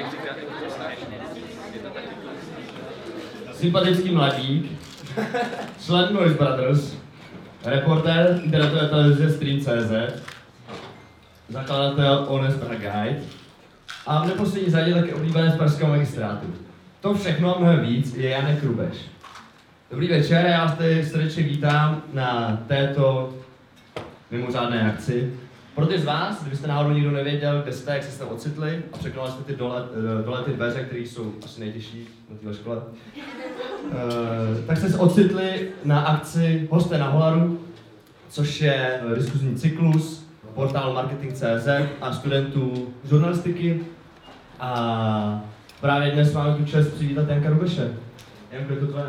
Sympatický mladík, člen Noise Brothers, reportér internetové televize Stream.cz, zakladatel Honest Guide a v neposlední řadě také oblíbené z pražského magistrátu. To všechno a mnohem víc je Janek Rubeš. Dobrý večer, já vás tady srdečně vítám na této mimořádné akci. Pro ty z vás, kdybyste náhodou nikdo nevěděl, kde jste, jak jste se tam ocitli a překonali jste ty dole ty dveře, které jsou asi nejtěžší na téhle škole, tak jste se ocitli na akci Hosté na Holaru, což je diskuzní cyklus portálu Marketing.cz a studentů žurnalistiky. A právě dnes máme tu čest přivítat Janka Rubeše. Janko, je to tvoje.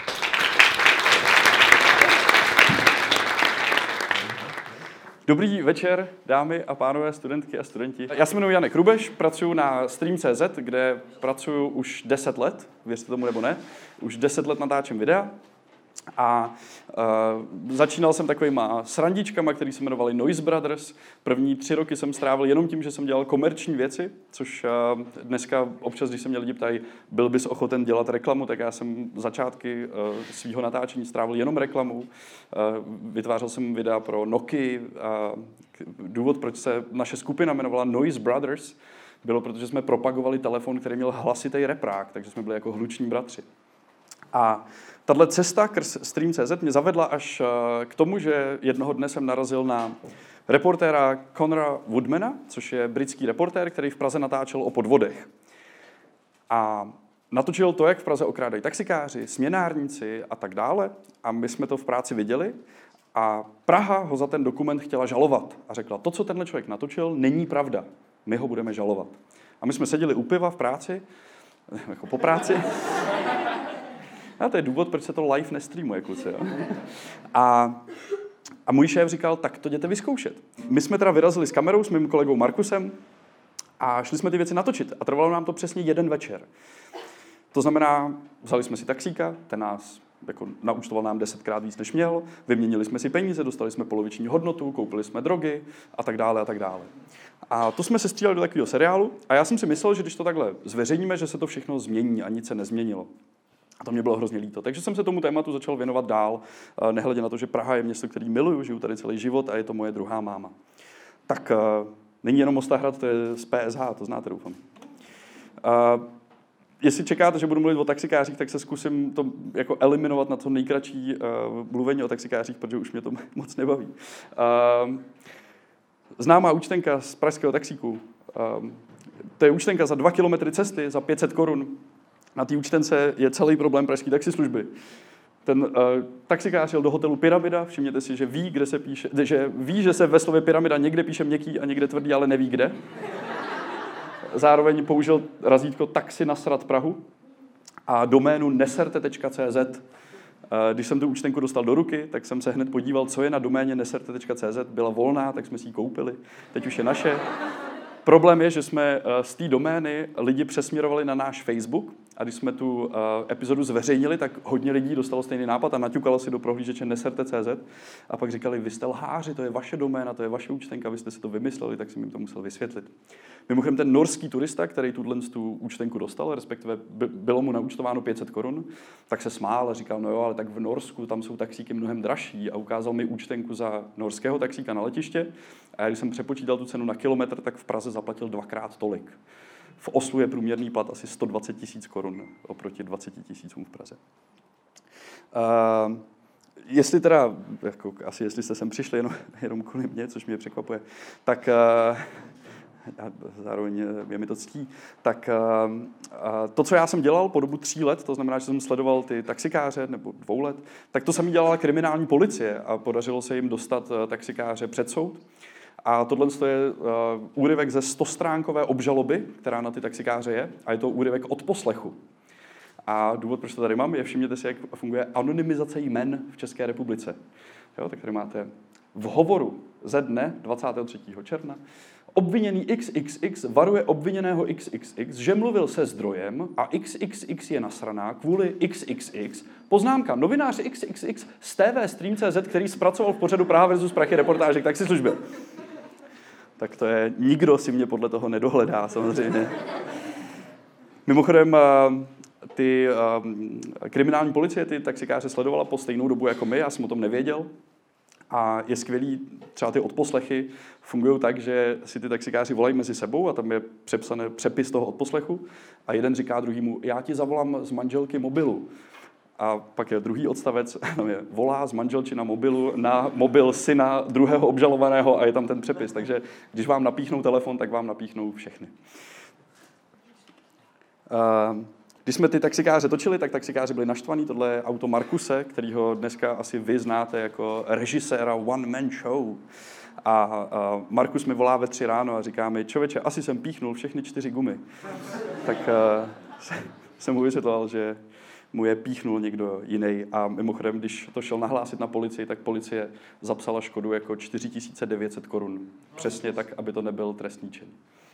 Dobrý večer, dámy a pánové, studentky a studenti. Já se jmenuji Janek Rubeš, pracuji na Stream.cz, kde pracuji už 10 let, věřte tomu nebo ne, už 10 let natáčím videa. A začínal jsem takovýma srandičkama, který se jmenovali Noise Brothers. První 3 roky jsem strávil jenom tím, že jsem dělal komerční věci, což dneska občas, když se mě lidi ptají, byl bys ochoten dělat reklamu, tak já jsem začátky svého natáčení strávil jenom reklamou. Vytvářel jsem videa pro Nokia. Důvod, proč se naše skupina jmenovala Noise Brothers, bylo, protože jsme propagovali telefon, který měl hlasitý reprák, takže jsme byli jako hluční bratři. A tahle cesta krz Stream.cz mě zavedla až k tomu, že jednoho dne jsem narazil na reportéra Conora Woodmana, což je britský reportér, který v Praze natáčel o podvodech. A natočil to, jak v Praze okrádají taxikáři, směnárníci a tak dále. A my jsme to v práci viděli. A Praha ho za ten dokument chtěla žalovat. A řekla, to, co tenhle člověk natočil, není pravda. My ho budeme žalovat. A my jsme seděli u piva v práci, jako po práci. A to je důvod, proč se to live nestreamuje, kluci. Jo? A můj šéf říkal, tak to jděte vyzkoušet. My jsme teda vyrazili s kamerou s mým kolegou Markusem a šli jsme ty věci natočit. A trvalo nám to přesně 1 večer. To znamená, vzali jsme si taxíka, ten nás jako naúčtoval nám 10krát víc, než měl, vyměnili jsme si peníze, dostali jsme poloviční hodnotu, koupili jsme drogy a tak dále a tak dále. A to jsme se stříleli do takového seriálu a já jsem si myslel, že když to takhle zveřejníme, že se to všechno změní a nic se nezměnilo. A to mě bylo hrozně líto. Takže jsem se tomu tématu začal věnovat dál, nehledě na to, že Praha je město, který miluju, žiju tady celý život a je to moje druhá máma. Tak není jenom Mostahrad, to je z PSH, to znáte, doufám. Jestli čekáte, že budu mluvit o taxikářích, tak se zkusím to jako eliminovat na to nejkratší mluvení o taxikářích, protože už mě to moc nebaví. Známá účtenka z pražského taxíku. To je účtenka za 2 kilometry cesty, za 500 korun. Na té účtence je celý problém pražské taxislužby. Ten taxikář jel do hotelu Pyramida, všimněte si, že ví, kde se píše, že ví, že se ve slově pyramida někde píše měkký a někde tvrdý, ale neví kde. Zároveň použil razítko taxi nasrat Prahu a doménu neserte.cz. Když jsem tu účtenku dostal do ruky, tak jsem se hned podíval, co je na doméně neserte.cz. Byla volná, tak jsme si ji koupili. Teď už je naše. Problém je, že jsme z té domény lidi přesměrovali na náš Facebook a když jsme tu epizodu zveřejnili, tak hodně lidí dostalo stejný nápad a naťukalo si do prohlížeče neserte.cz a pak říkali, vy jste lháři, to je vaše doména, to je vaše účtenka, vy jste si to vymysleli, tak jsem jim to musel vysvětlit. Mimochodem ten norský turista, který tu účtenku dostal, respektive bylo mu naúčtováno 500 korun, tak se smál a říkal, no jo, ale tak v Norsku tam jsou taxíky mnohem dražší a ukázal mi účtenku za norského taxíka na letiště a když jsem přepočítal tu cenu na kilometr, tak v Praze zaplatil 2krát tolik. V Oslu je průměrný plat asi 120 000 korun oproti 20 000 v Praze. Jestli teda, jako, asi jestli jste sem přišli jenom kvůli mě, což mě překvapuje, tak zároveň je mi to ctí, tak to, co já jsem dělal po dobu 3 let, to znamená, že jsem sledoval ty taxikáře, nebo 2 let, tak to samý dělala kriminální policie a podařilo se jim dostat taxikáře před soud. A tohle je úryvek ze 100stránkové obžaloby, která na ty taxikáře je, a je to úryvek od poslechu. A důvod, proč to tady mám, je, všimněte si, jak funguje anonymizace jmen v České republice. Jo, tak tady máte v hovoru ze dne 23. června. Obviněný XXX varuje obviněného XXX, že mluvil se zdrojem a XXX je nasraná kvůli XXX. Poznámka, novinář XXX z TV Stream.cz, který zpracoval v pořadu Praha versus Prachy reportáže k taxislužbě. Tak to je, nikdo si mě podle toho nedohledá, samozřejmě. Mimochodem, ty kriminální policie ty taxikáře sledovala po stejnou dobu jako my, já jsem o tom nevěděl. A je skvělý, třeba ty odposlechy fungují tak, že si ty taxikáři volají mezi sebou a tam je přepsaný přepis toho odposlechu a jeden říká druhýmu, já ti zavolám z manželky mobilu. A pak je druhý odstavec, tam je volá z manželčina mobilu na mobil syna druhého obžalovaného a je tam ten přepis. Takže když vám napíchnou telefon, tak vám napíchnou všechny. Když jsme ty taxikáře točili, tak taxikáři byli naštvaní. Tohle je auto Markuse, kterýho dneska asi vy znáte jako režiséra One Man Show. A Markus mi volá ve 3 ráno a říká mi, člověče, asi jsem píchnul všechny 4 gumy. Tak jsem mu vysvětloval, že mu je píchnul někdo jiný. A mimochodem, když to šel nahlásit na policii, tak policie zapsala škodu jako 4 900 korun. Přesně tak, aby to nebyl trestný čin.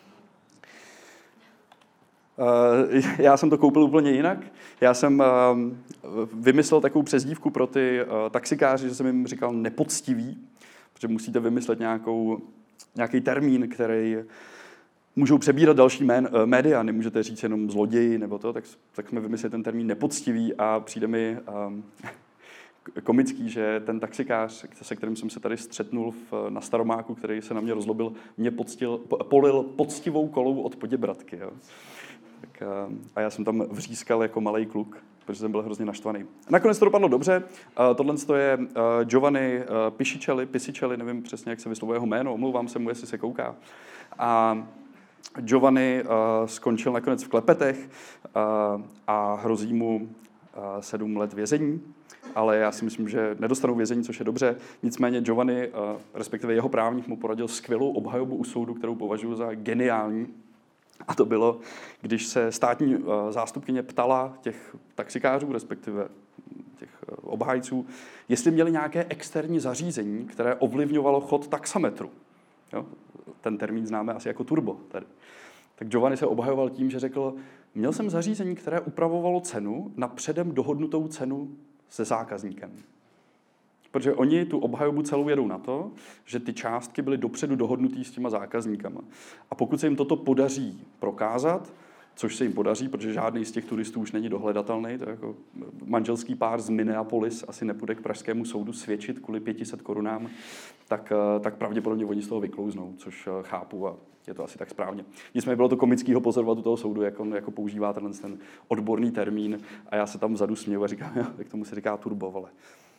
Já jsem to koupil úplně jinak. Já jsem vymyslel takovou přezdívku pro ty taxikáři, že jsem jim říkal nepoctivý, protože musíte vymyslet nějaký termín, který můžou přebírat další média, nemůžete říct jenom zloději nebo to, tak jsme vymysleli ten termín nepoctivý a přijde mi komický, že ten taxikář, se kterým jsem se tady střetnul na Staromáku, který se na mě rozlobil, mě polil poctivou kolou od Poděbradky. Jo. Tak, a já jsem tam vřískal jako malej kluk, protože jsem byl hrozně naštvaný. Nakonec to dopadlo dobře. Tohle je Giovanni Pisichelli, nevím přesně, jak se vyslovuje jeho jméno, omlouvám se mu, jestli se kouká. A Giovanni skončil nakonec v Klepetech a hrozí mu 7 let vězení, ale já si myslím, že nedostanou vězení, což je dobře. Nicméně Giovanni, respektive jeho právník, mu poradil skvělou obhajobu u soudu, kterou považuji za geniální. A to bylo, když se státní zástupkyně ptala těch taxikářů, respektive těch obhájců, jestli měli nějaké externí zařízení, které ovlivňovalo chod taxametru. Jo? Ten termín známe asi jako turbo tady. Tak Giovanni se obhajoval tím, že řekl, měl jsem zařízení, které upravovalo cenu na předem dohodnutou cenu se zákazníkem. Protože oni tu obhajobu celou jedou na to, že ty částky byly dopředu dohodnutý s těma zákazníkama. A pokud se jim toto podaří prokázat, což se jim podaří, protože žádný z těch turistů už není dohledatelný, to jako manželský pár z Minneapolis asi nepůjde k pražskému soudu svědčit kvůli 500 korunám, tak pravděpodobně oni z toho vyklouznou, což chápu a je to asi tak správně. Nicméně bylo to komický ho pozorovat u toho soudu, jak on jako používá ten odborný termín a já se tam vzadu směju a říkám, jak tomu se říká turbo, vole.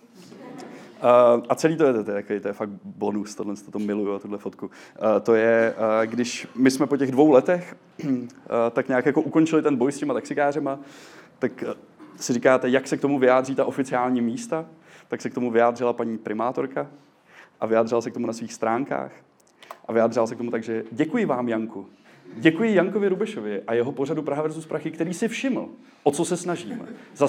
A celý to je fakt bonus, to miluju, tuhle fotku. To je, když my jsme po těch 2 letech tak nějak jako ukončili ten boj s těma taxikářema, tak si říkáte, jak se k tomu vyjádří ta oficiální místa, tak se k tomu vyjádřila paní primátorka a vyjádřila se k tomu na svých stránkách a vyjádřila se k tomu tak, že děkuji vám, Janku. Děkuji Jankovi Rubešovi a jeho pořadu Praha versus Prachy, který si všiml, o co se snažíme.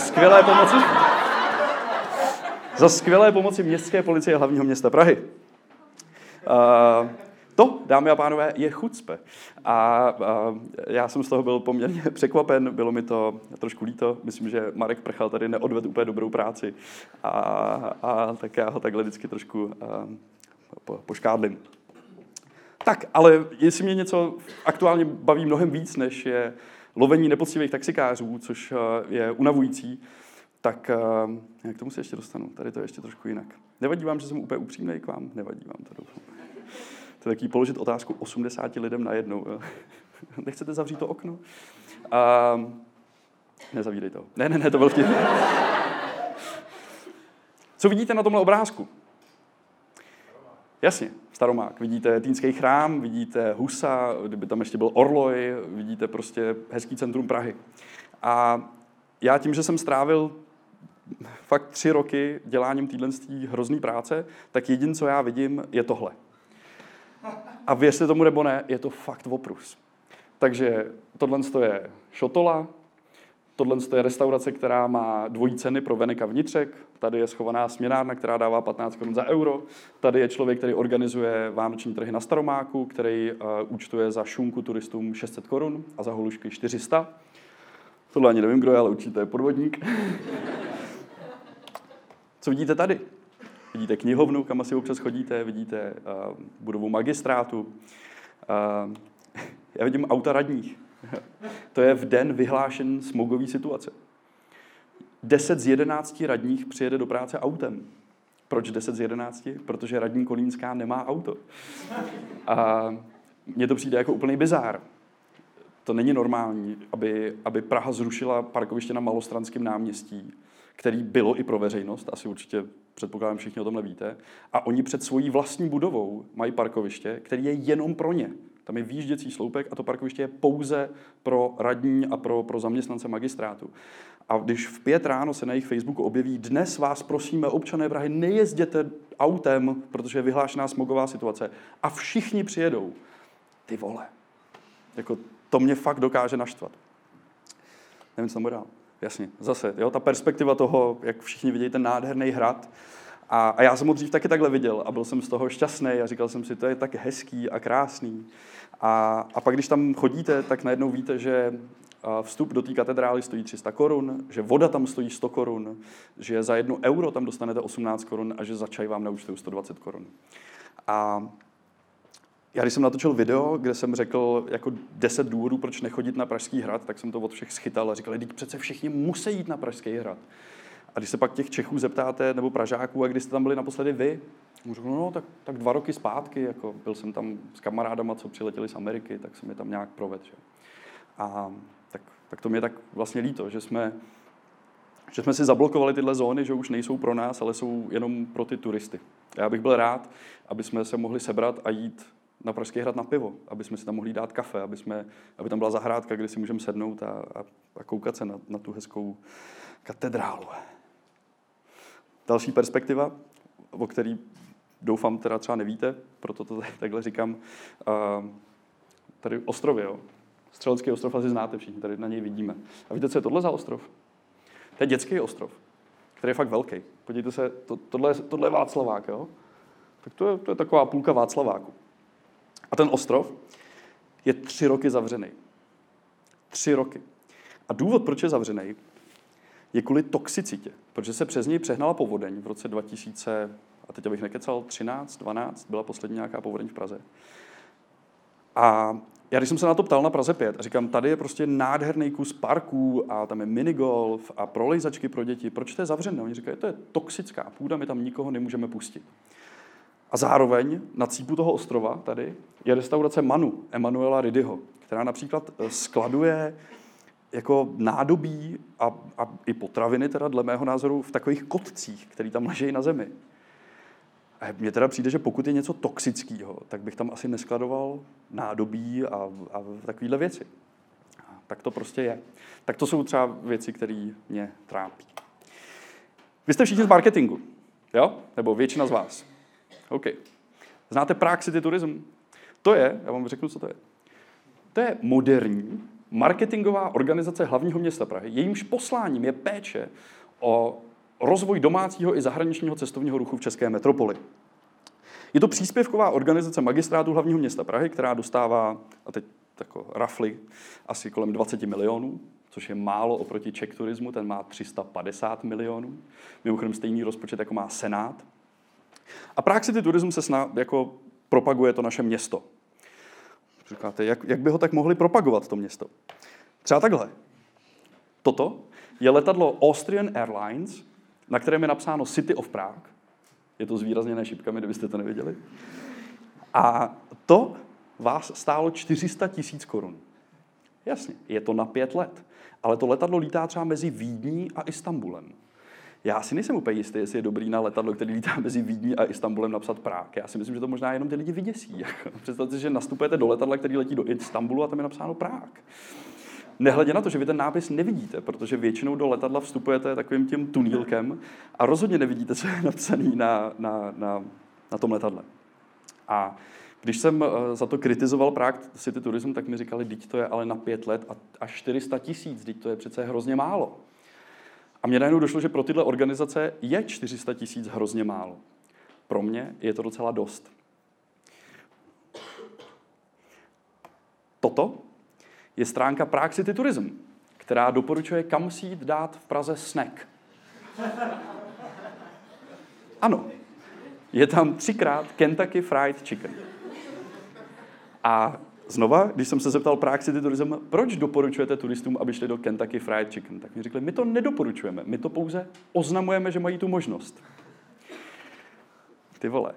Za skvělé pomoci městské policie hlavního města Prahy. To, dámy a pánové, je chucpe. A já jsem z toho byl poměrně překvapen, bylo mi to trošku líto. Myslím, že Marek Prchal tady neodvedl úplně dobrou práci. A tak já ho takhle vždycky trošku poškádlím. Tak, ale jestli mě něco aktuálně baví mnohem víc, než je lovení nepoctivých taxikářů, což je unavující, tak k tomu se ještě dostanu. Tady to je ještě trošku jinak. Nevadí vám, že jsem úplně upřímnej k vám? Nevadí vám to, doufám. To je taký položit otázku 80 lidem najednou. Nechcete zavřít to okno? Nezavírej to. Ne, to byl vtip. Co vidíte na tomhle obrázku? Jasně, Staromák. Vidíte Týnský chrám, vidíte Husa, kdyby tam ještě byl Orloj, vidíte prostě hezký centrum Prahy. A já tím, že jsem strávil fakt 3 roky děláním téhlenství hrozný práce, tak jediné, co já vidím, je tohle. A věřte tomu nebo ne, je to fakt oprus. Takže tohle je šotola, tohle je restaurace, která má dvojí ceny pro venek a vnitřek, tady je schovaná směnárna, která dává 15 korun za euro, tady je člověk, který organizuje vánoční trhy na Staromáku, který účtuje za šunku turistům 600 korun a za holušky 400. Tohle ani nevím, kdo je, ale určitě je podvodník. Co vidíte tady? Vidíte knihovnu, kam asi občas chodíte, vidíte budovu magistrátu. Já vidím auta radních. To je v den vyhlášen smogový situace. 10 z 11 radních přijede do práce autem. Proč 10 z 11? Protože radní Kolínská nemá auto. A mně to přijde jako úplný bizár. To není normální, aby Praha zrušila parkoviště na Malostranském náměstí, který bylo i pro veřejnost, asi určitě předpokládám všichni o tomhle víte, a oni před svojí vlastní budovou mají parkoviště, který je jenom pro ně. Tam je výjížděcí sloupek a to parkoviště je pouze pro radní a pro zaměstnance magistrátu. A když v 5 ráno se na jejich Facebooku objeví: dnes vás prosíme, občané Prahy, nejezděte autem, protože je vyhlášená smogová situace, a všichni přijedou. Ty vole. Jako, to mě fakt dokáže naštvat. Nevím, co tam bude dál. Jasně, zase, jo, ta perspektiva toho, jak všichni vidějí ten nádherný hrad. A já jsem ho dřív taky takhle viděl a byl jsem z toho šťastný a říkal jsem si, to je tak hezký a krásný. A pak, když tam chodíte, tak najednou víte, že vstup do té katedrály stojí 300 korun, že voda tam stojí 100 korun, že za 1 euro tam dostanete 18 korun a že za čaj vám naúčtují 120 korun. A já když jsem natočil video, kde jsem řekl jako 10 důvodů, proč nechodit na Pražský hrad, tak jsem to od všech schytal a říkali, teď přece všichni musí jít na Pražský hrad. A když se pak těch Čechů zeptáte, nebo Pražáků, a když jste tam byli naposledy vy, řeknu, no tak 2 roky zpátky, jako byl jsem tam s kamarádama, co přiletěli z Ameriky, tak jsem je tam nějak provedl. Že? A tak to mě tak vlastně líto, že jsme si zablokovali tyhle zóny, že už nejsou pro nás, ale jsou jenom pro ty turisty. Já bych byl rád, aby jsme se mohli sebrat a jít na Pražský hrad na pivo, aby jsme si tam mohli dát kafe, aby tam byla zahrádka, kde si můžeme sednout a koukat se na tu hezkou katedrálu. Další perspektiva, o který doufám teda třeba nevíte, proto to takhle říkám. Tady ostrovy, jo. Střelecký ostrov asi znáte všichni, tady na něj vidíme. A víte, co je tohle za ostrov? To je dětský ostrov, který je fakt velký. Podívejte se, tohle je Václavák, jo? Tak to je taková půlka Václaváku. A ten ostrov je 3 roky zavřený. 3 roky. A důvod, proč je zavřený, je kvůli toxicitě, protože se přes něj přehnala povodeň v roce 2000, a teď abych nekecal, 13, 12, byla poslední nějaká povodeň v Praze. A já když jsem se na to ptal na Praze 5 a říkám, tady je prostě nádherný kus parků a tam je minigolf a prolejzačky pro děti, proč to je zavřené? Oni říkají, to je toxická půda, my tam nikoho nemůžeme pustit. A zároveň na cípu toho ostrova tady je restaurace Manu, Emanuela Ridyho, která například skladuje jako nádobí a i potraviny, teda dle mého názoru, v takových kotcích, který tam ležejí na zemi. A mně teda přijde, že pokud je něco toxického, tak bych tam asi neskladoval nádobí a takovéhle věci. A tak to prostě je. Tak to jsou třeba věci, které mě trápí. Vy jste všichni z marketingu, jo? Nebo většina z vás. OK. Znáte Prague City Tourism? To je, já vám řeknu, co to je. To je moderní marketingová organizace hlavního města Prahy. Jejímž posláním je péče o rozvoj domácího i zahraničního cestovního ruchu v české metropoli. Je to příspěvková organizace magistrátu hlavního města Prahy, která dostává, a teď tako roughly, asi kolem 20 milionů, což je málo oproti Czech Turismu, ten má 350 milionů. Mimochodem stejný rozpočet, jako má Senát. A Prague City Tourism se jako propaguje to naše město. Říkáte, jak by ho tak mohli propagovat, to město? Třeba takhle. Toto je letadlo Austrian Airlines, na kterém je napsáno City of Prague. Je to zvýrazněné šipkami, kdybyste to neviděli. A to vás stálo 400 000 korun. Jasně, je to na 5 let. Ale to letadlo lítá třeba mezi Vídní a Istanbulem. Já si nejsem úplně jistý, jestli je dobrý na letadlo, který lítá mezi Vídní a Istanbulem, napsat Prague. Já si myslím, že to možná jenom ty lidi vyděsí. Představte si, že nastupujete do letadla, který letí do Istanbulu a tam je napsáno Prague. Nehledě na to, že vy ten nápis nevidíte, protože většinou do letadla vstupujete takovým tím tunílkem a rozhodně nevidíte, co je napsané na tom letadle. A když jsem za to kritizoval Prague City Tourism, tak mi říkali, teď to je ale na 5 let a 400 000, teď to je přece hrozně málo. A mně najednou došlo, že pro tyhle organizace je 400 000 hrozně málo. Pro mě je to docela dost. Toto je stránka Prague City Tourism, která doporučuje, kam si jít dát v Praze snack. Ano, je tam 3krát Kentucky Fried Chicken. A znova, když jsem se zeptal Prague City Tourism, proč doporučujete turistům, aby šli do Kentucky Fried Chicken, tak mi řekli, my to nedoporučujeme, my to pouze oznamujeme, že mají tu možnost. Ty vole.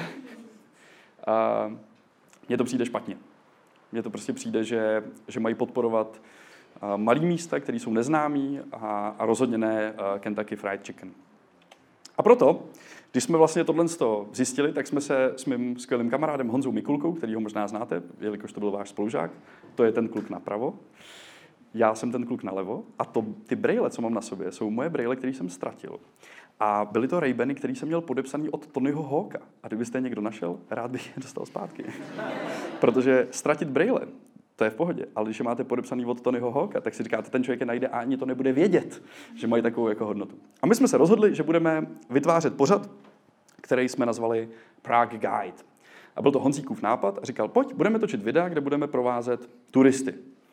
A mně to přijde špatně. Mně to prostě přijde, že mají podporovat malý místa, které jsou neznámý a rozhodně ne Kentucky Fried Chicken. A proto, když jsme vlastně tohle zjistili, tak jsme se s mým skvělým kamarádem Honzou Mikulkou, který ho možná znáte, jelikož to byl váš spolužák, to je ten kluk napravo, já jsem ten kluk nalevo a ty brejle, co mám na sobě, jsou moje brejle, které jsem ztratil. A byly to Ray-Bany, který jsem měl podepsaný od Tonyho Hawka. A kdybyste je někdo našel, rád bych je dostal zpátky. Protože ztratit brejle, to je v pohodě, ale když je máte podepsaný od Tonyho Hawka, tak si říkáte, ten člověk je najde a ani to nebude vědět, že mají takovou jako hodnotu. A my jsme se rozhodli, že budeme vytvářet pořad, který jsme nazvali Prague Guide. A byl to Honzíkův nápad a říkal, pojď, budeme točit videa, kde budeme provázet turisty.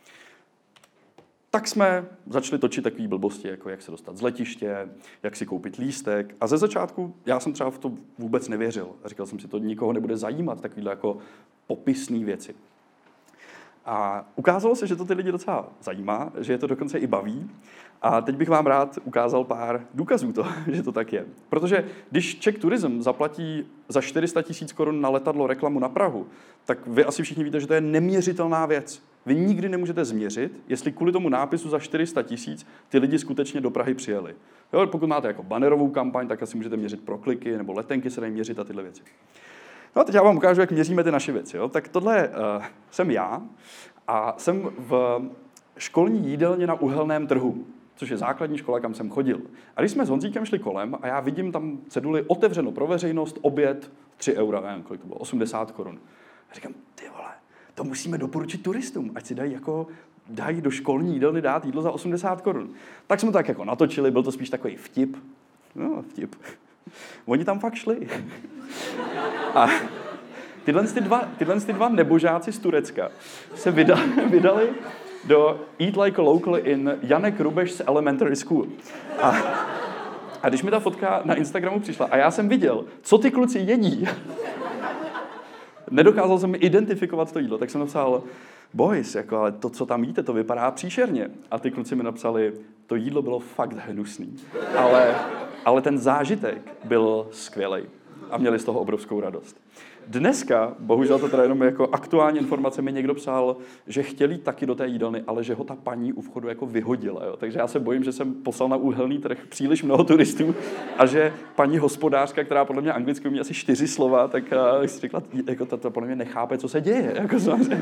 Tak jsme začali točit takové blbosti, jako jak se dostat z letiště, jak si koupit lístek. A ze začátku já jsem třeba v to vůbec nevěřil. Říkal jsem si, to nikoho nebude zajímat, takovéhle jako popisné věci. A ukázalo se, že to ty lidi docela zajímá, že je to dokonce i baví. A teď bych vám rád ukázal pár důkazů toho, že to tak je. Protože když Czech Tourism zaplatí za 400 000 korun na letadlo reklamu na Prahu, tak vy asi všichni víte, že to je neměřitelná věc. Vy nikdy nemůžete změřit, jestli kvůli tomu nápisu za 400 000 ty lidi skutečně do Prahy přijeli. Jo, pokud máte jako bannerovou kampaň, tak asi můžete měřit prokliky, nebo letenky se dají měřit a tyhle věci. No a teď já vám ukážu, jak měříme ty naše věci. Jo? Tak tohle jsem já a jsem v školní jídelně na Uhelném trhu, což je základní škola, kam jsem chodil. A když jsme s Honzíkem šli kolem a já vidím tam ceduli otevřeno pro veřejnost, oběd 3 eura, nevím, kolik to bylo, 80 korun. A říkám, ty vole, to musíme doporučit turistům, ať si dají do školní jídelny dát jídlo za 80 korun. Tak jsme to tak jako natočili, byl to spíš takový vtip. No, vtip. Oni tam fakt šli. A tyhle dva nebožáci z Turecka se vydali do Eat Like a Local in Janek Rubeš's Elementary School. A když mi ta fotka na Instagramu přišla a já jsem viděl, co ty kluci jedí, nedokázal jsem identifikovat to jídlo, tak jsem napsal, boys, jako, ale to, co tam jíte, to vypadá příšerně. A ty kluci mi napsali, to jídlo bylo fakt hnusný. Ale ten zážitek byl skvělej a měli z toho obrovskou radost. Dneska, bohužel to teda jenom jako aktuální informace, mi někdo psal, že chtěli taky do té jídelny, ale že ho ta paní u vchodu jako vyhodila. Jo. Takže já se bojím, že jsem poslal na Uhelný trh příliš mnoho turistů a že paní hospodářka, která podle mě anglicky umí asi 4 slova, tak si řekla, jako to podle mě nechápe, co se děje. Jako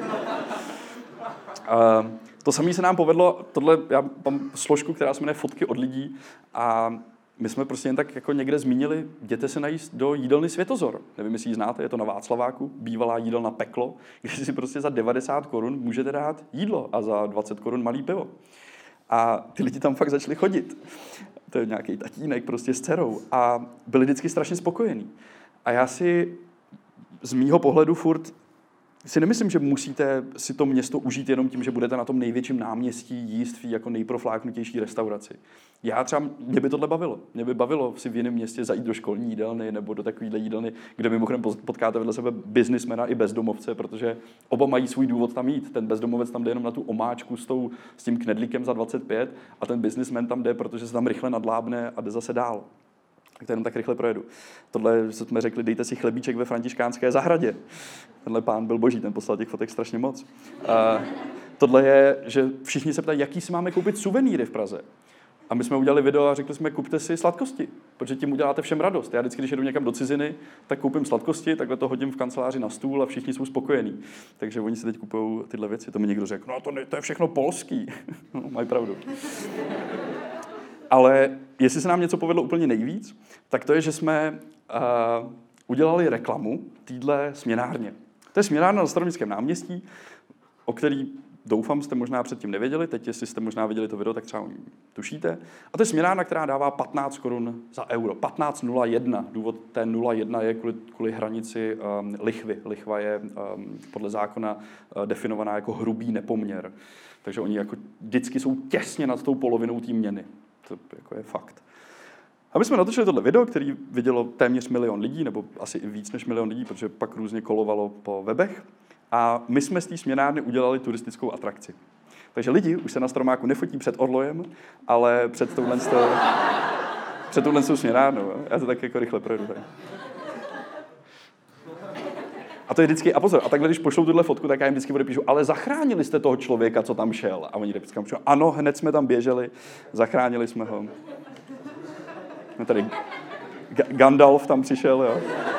to samé se nám povedlo, já mám složku, která se jmenuje Fotky od lidí a my jsme prostě jen tak jako někde zmínili, jděte se najíst do jídelny Světozor. Nevím, jestli ji znáte, je to na Václaváku, bývalá jídelna Peklo, kde si prostě za 90 korun můžete dát jídlo a za 20 korun malý pivo. A ty lidi tam fakt začali chodit. To je nějaký tatínek prostě s dcerou a byli vždycky strašně spokojení. A já si z mýho pohledu furt si nemyslím, že musíte si to město užít jenom tím, že budete na tom největším náměstí jíst v jako nejprofláknutější restauraci. Mě by tohle bavilo. Mě by bavilo si v jiném městě zajít do školní jídelny nebo do takovéhle jídelny, kde mimochodem potkáte vedle sebe biznismena i bezdomovce, protože oba mají svůj důvod tam jít. Ten bezdomovec tam jde jenom na tu omáčku s tím knedlíkem za 25 a ten biznismen tam jde, protože se tam rychle nadlábne a jde zase dál. Tak to jenom tak rychle projedu. Tohle jsme řekli, dejte si chlebíček ve františkánské zahradě. Tenhle pán byl boží, ten poslal těch fotek strašně moc. Tohle je, že všichni se ptají, jaký si máme koupit suvenýry v Praze. A my jsme udělali video a řekli jsme, kupte si sladkosti, protože tím uděláte všem radost. Já vždycky, když jedu někam do ciziny, tak koupím sladkosti, takhle to hodím v kanceláři na stůl a všichni jsou spokojení. Takže oni si teď kupují tyhle věci. To mi někdo řekl, no to je všechno polský. No, mají pravdu. Ale jestli se nám něco povedlo úplně nejvíc, tak to je, že jsme udělali reklamu téhle směnárně. To je směnárna na Staroměstském náměstí, o který doufám, jste možná předtím nevěděli, teď jestli jste možná viděli to video, tak třeba tušíte. A to je směnárna, která dává 15 korun za euro. 15,01. Důvod té 0,1 je kvůli hranici lichvy. Lichva je podle zákona definovaná jako hrubý nepoměr. Takže oni jako vždycky jsou těsně nad tou polovinou té měny. To jako je fakt. A my jsme natočili tohle video, který vidělo téměř 1 milion lidí, nebo asi i víc než 1 milion lidí, protože pak různě kolovalo po webech. a my jsme z té směnárny udělali turistickou atrakci. Takže lidi už se na Staromáku nefotí před orlojem, ale před touhle směnárnou. Já to tak jako rychle projdu. Tak. A to je vždycky, a pozor, a takhle, když pošlou tuhle fotku, tak já jim vždycky odepíšu, ale zachránili jste toho člověka, co tam šel. A oni vždycky píšou, ano, hned jsme tam běželi, zachránili jsme ho. No tady Gandalf tam přišel, jo.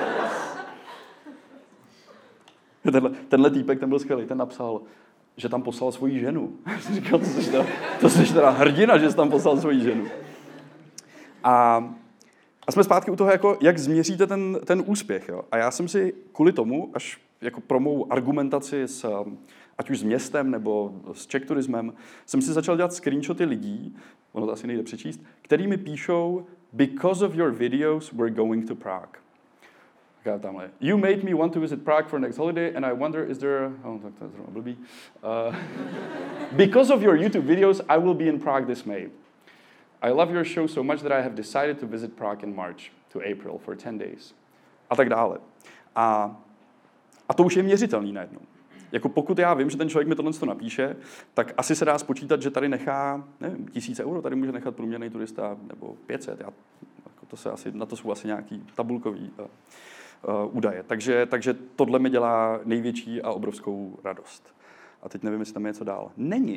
Tenhle týpek, ten byl skvělý, ten napsal, že tam poslal svoji ženu. Já jsem říkal, to jsi teda hrdina, že jsi tam poslal svoji ženu. A jsme zpátky u toho, jako, jak změříte ten úspěch. Jo? A já jsem si kvůli tomu, až jako pro mou argumentaci ať už s městem nebo s Czech turismem, jsem si začal dělat screenshoty lidí, ono to asi nejde přečíst, který mi píšou, because of your videos, we're going to Prague. Tamhle. You made me want to visit Prague for next holiday and I wonder, is there... Oh, tak to je zrovna blbý. Because of your YouTube videos, I will be in Prague this May. I love your show so much that I have decided to visit Prague in March to April for 10 days. A tak dále. A to už je měřitelný najednou. Jako pokud já vím, že ten člověk mi tohle napíše, tak asi se dá spočítat, že tady nechá, nevím, 1000 euro, tady může nechat průměrný turista, nebo 500. Na to jsou asi nějaký tabulkový údaje. Takže tohle mi dělá největší a obrovskou radost. A teď nevím, jestli tam je něco dál. Není.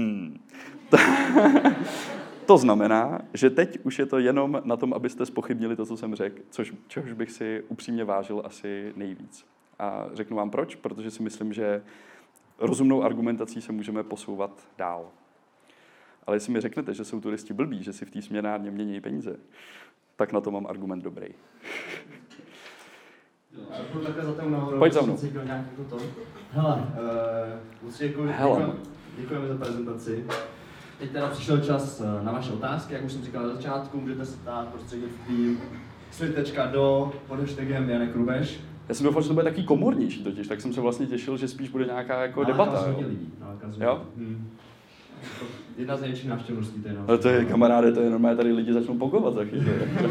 To znamená, že teď už je to jenom na tom, abyste zpochybnili to, co jsem řekl, čehož bych si upřímně vážil asi nejvíc. A řeknu vám proč, protože si myslím, že rozumnou argumentací se můžeme posouvat dál. Ale jestli mi řeknete, že jsou turisti blbí, že si v té směnárně mění peníze, tak na to mám argument dobrý. Pojď za mnou. Hele, děkujeme za prezentaci. Teď teda přišel čas na vaše otázky, jak už jsem říkal na začátku, můžete se ptát prostřednictvím slitečka do pod hashtagem Janek Rubeš. Já jsem doufal, že to bude taky komornější totiž, tak jsem se vlastně těšil, že spíš bude nějaká jako debata. Jo? Jedna z největších návštěvností to je. Ale to je, kamaráde, to je normálně, tady lidi začnou pokovat za chvíli.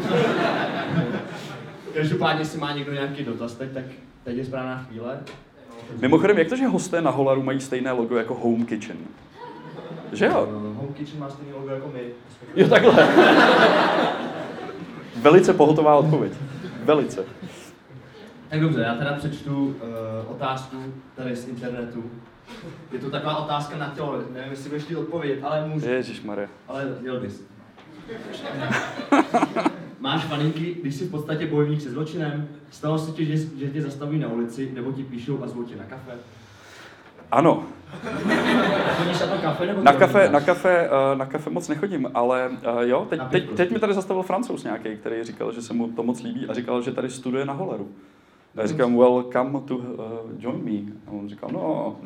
Každopádně, jestli má někdo nějaký dotaz, tak teď je správná chvíle. Mimochodem, jak to, že hosté na Holaru mají stejné logo jako Home Kitchen? Že jo? Home Kitchen má stejné logo jako my. Jo, takhle. Velice pohotová odpověď. Velice. Tak dobře, já teda přečtu otázku tady z internetu. Je to taková otázka na tělo, nevím, jestli budeš chtít odpovědět, ale můžu. Ježišmarja. Ale měl bys. Máš faninky, když jsi v podstatě bojovník se zločinem? Stalo se ti, že tě zastavují na ulici, nebo ti píšou a zvou tě na kafe? Ano. Chodíš na to kafe, nebo na kafe moc nechodím, ale jo, teď mi tady zastavil Francouz nějaký, který říkal, že se mu to moc líbí a říkal, že tady studuje na Holaru. A já říkám, well, come to join me. A on říkal, no.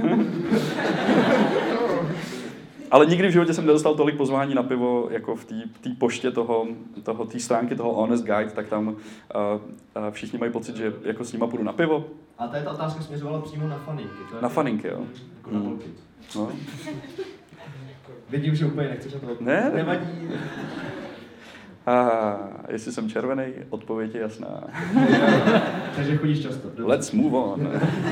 Ale nikdy v životě jsem nedostal tolik pozvání na pivo, jako v té poště té stránky toho Honest Guide, tak tam všichni mají pocit, že jako s nima půjdu na pivo. A ta otázka směřovala přímo na faninky. Na faninky, jo. Jako na holky. No. Vidím, že úplně nechceš na to odpovědět. Ne. Nevadí. Jestli jsem červený, odpověď je jasná. Takže chodíš často. Dobře. Let's move on.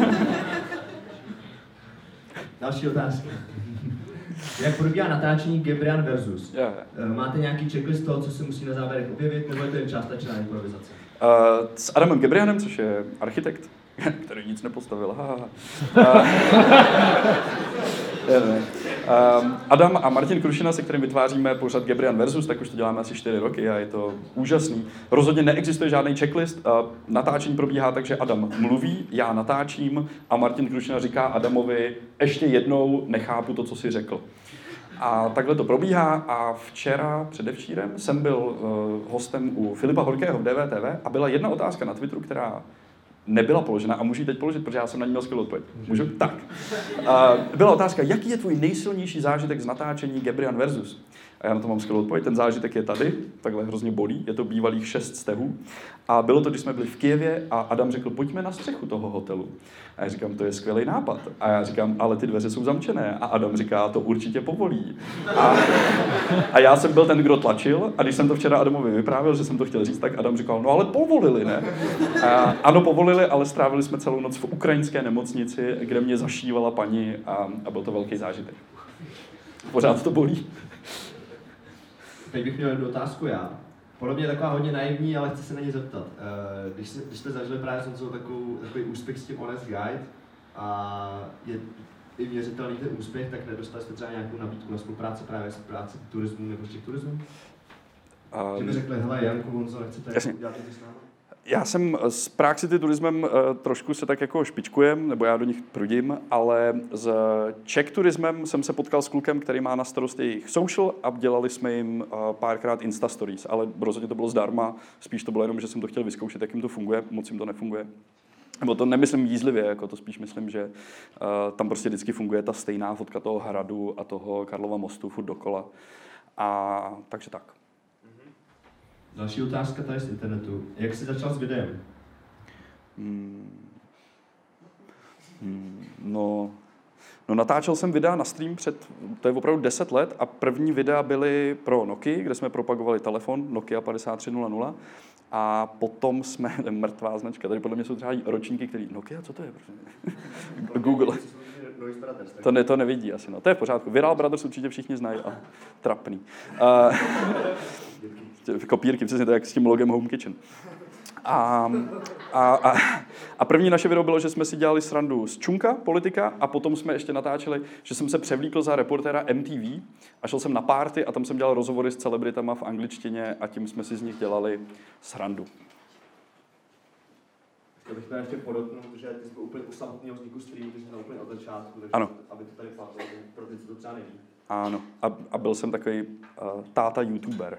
Další otázka. Jak probíhá natáčení Gebrian versus? Yeah. Máte nějaký checklist toho, co se musí na závěrech objevit, nebo je to jen částečná improvizace? S Adamem Gebrianem, což je architekt, který nic nepostavil. Adam a Martin Krušina, se kterým vytváříme pořad Gebrian versus, tak už to děláme asi 4 roky a je to úžasný. Rozhodně neexistuje žádný checklist. Natáčení probíhá tak, že Adam mluví, já natáčím a Martin Krušina říká Adamovi ještě jednou nechápu to, co jsi řekl. A takhle to probíhá a včera, předevčírem, jsem byl hostem u Filipa Horkého v DVTV a byla jedna otázka na Twitteru, která nebyla položena a můžu ji teď položit, protože já jsem na ní měl skvělou odpověď. Můžu? Tak. Byla otázka, jaký je tvůj nejsilnější zážitek z natáčení Gebrian versus? A já na to mám skvělou odpověď. Ten zážitek je tady, takhle hrozně bolí, je to bývalých 6 stehů. A bylo to, když jsme byli v Kyjevě a Adam řekl, pojďme na střechu toho hotelu. A já říkám, to je skvělý nápad. A já říkám, ale ty dveře jsou zamčené. A Adam říká, to určitě povolí. A já jsem byl ten, kdo tlačil. A když jsem to včera Adamovi vyprávěl, že jsem to chtěl říct, tak Adam říkal, no ale povolili, ne? A ano, povolili. nestrávili, ale strávili jsme celou noc v ukrajinské nemocnici, kde mě zašívala paní a byl to velký zážitek. Pořád to bolí. Teď bych měl jednu otázku já. Podle mě je taková hodně naivní, ale chci se na ně zeptat. Když jste zažili právě takový úspěch s tím Honest Guide a je i měřitelný ten úspěch, tak nedostali jste třeba nějakou nabídku na spolupráci právě s práci turismu nebo těch turismů? Že by řekli, hele Janku, Honzo, nechcete dělat něco s námi? Já jsem s Praxity turismem trošku se tak jako špičkujem, nebo já do nich prudím, ale s Czech turismem jsem se potkal s klukem, který má na starosti jejich social a dělali jsme jim párkrát Insta Stories, ale rozhodně to bylo zdarma, spíš to bylo jenom, že jsem to chtěl vyzkoušet, jak jim to funguje, moc jim to nefunguje. Nebo to nemyslím jízlivě, jako to spíš myslím, že tam prostě vždycky funguje ta stejná fotka toho hradu a toho Karlova mostu furt dokola. Takže tak. Další otázka tady z internetu. Jak jsi začal s videem? No, natáčel jsem videa na stream to je opravdu 10 let a první videa byly pro Nokia, kde jsme propagovali telefon Nokia 5300 a potom jsme, mrtvá značka, tady podle mě jsou třeba ročníky, který, Nokia, co to je? Google. To nevidí asi, no. To je v pořádku. Viral Brothers určitě všichni znají, a trapný. Kopírky, přesně to jak s tím logem Home Kitchen. A první naše video bylo, že jsme si dělali srandu z Čunka, politika, a potom jsme ještě natáčeli, že jsem se převlíkl za reportéra MTV a šel jsem na party a tam jsem dělal rozhovory s celebritama v angličtině a tím jsme si z nich dělali srandu. Já bych tady ještě podotknul, že ty jsi byl úplně u samotného vzniku streamu, ty jsi byl úplně od začátku, takže ano. Aby to tady platilo, pro ty, co to třeba neví. Ano, a byl jsem takový táta youtuber.